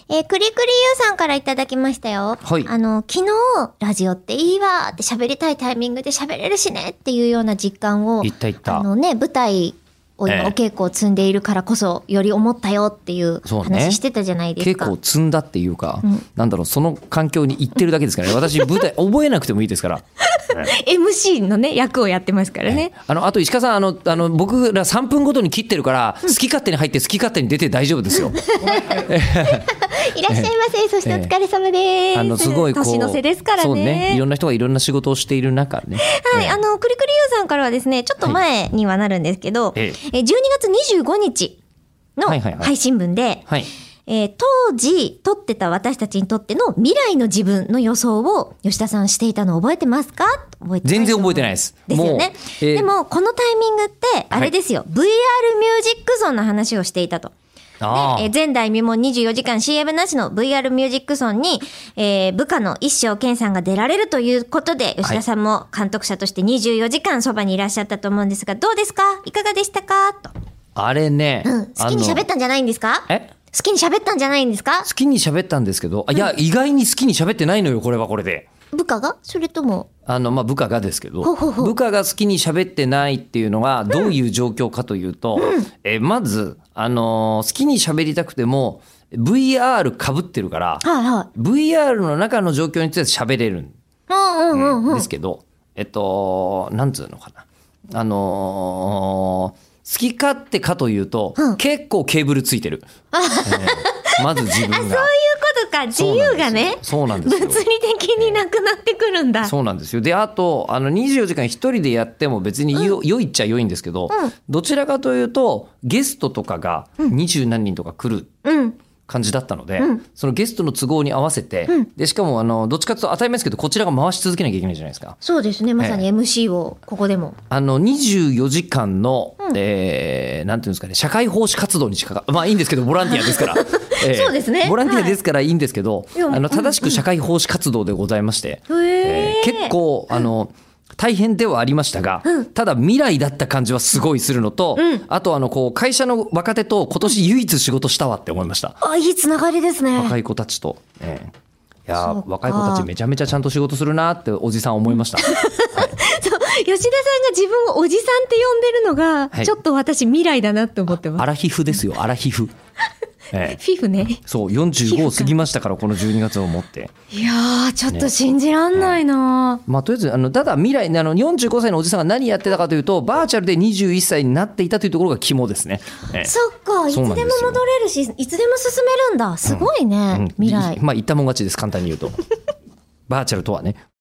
くりくりゆうさんからいただきましたよ。 はい昨日、ラジオっていいわって喋りたいタイミングで喋れるしねっていうような実感を、 言った舞台を今お稽古を積んでいるからこそ、より思ったよっていう話してたじゃないですか。 稽古を積んだっていうか、なんだろう、その環境に行ってるだけですからね。私、舞台覚えなくてもいいですから。 MC のね、役をやってますからね。 あと石川さん、僕ら3分ごとに切ってるから、好き勝手に入って好き勝手に出て大丈夫ですよ。 いらっしゃいませ。そしてお疲れ様です。 すごいこう年の瀬ですからね。 そうね。いろんな人がいろんな仕事をしている中ね。 はい、くりくりゆうさんからはですね、ちょっと前にはなるんですけど、12月25日の配信分で、当時撮ってた私たちにとっての未来の自分の予想を吉田さんしていたの覚えてますか？覚えてない。 全然覚えてないです。 ですよね。でもこのタイミングってあれですよ、VR ミュージックソンの話をしていたと。で、前代未聞24時間 CM なしの VR ミュージックソンに、部下の一生健さんが出られるということで、吉田さんも監督者として24時間そばにいらっしゃったと思うんですが、どうですか？いかがでしたか？と。 あれね、 好きに喋ったんじゃないんですか？好きに喋ったんじゃないんですか？ 好きに喋ったんですけど、いや、意外に好きに喋ってないのよ、これはこれで。 部下が？それとも部下がですけど、部下が好きに喋ってないっていうのがどういう状況かというと、まず、好きに喋りたくても VR 被ってるから、VR の中の状況について喋れるんですけど、なんつうのかな。好き勝手かというと、結構ケーブルついてる。まず自分が。 そういうことか。自由がね。 そうなんですよ。 物理的になくなってくるんだ。 そうなんですよ。で、あと、24時間一人でやっても別に良いっちゃ良いんですけど、どちらかというと、ゲストとかが20何人とか来る感じだったので、そのゲストの都合に合わせて、で、しかも、どっちかというと当たり前ですけど、こちらが回し続けなきゃいけないじゃないですか。 そうですね。まさに MC を、ここでも。 24時間の、なんていうんですかね、社会奉仕活動にまあいいんですけど、ボランティアですから。 そうですね。 ボランティアですからいいんですけど、正しく社会奉仕活動でございまして、結構、大変ではありましたが、ただ未来だった感じはすごいするのと、あと会社の若手と今年唯一仕事したわって思いました。 いいつながりですね。 若い子たちと。いや若い子たちめちゃめちゃちゃんと仕事するなっておじさん思いました。 そう吉田さんが自分をおじさんって呼んでるのが、ちょっと私未来だなって思ってます。 アラヒフですよ、アラヒフ。 フィフね。 そう、45を過ぎましたから、この12月をもって。 いやー、ちょっと信じらんないな、 まあ、とりあえず、ただ未来、45歳のおじさんが何やってたかというと、バーチャルで21歳になっていたというところが肝ですね。 そっか、いつでも戻れるし、いつでも進めるんだ。すごいね、未来。 まあ、言ったもん勝ちです、簡単に言うと。バーチャルとはね。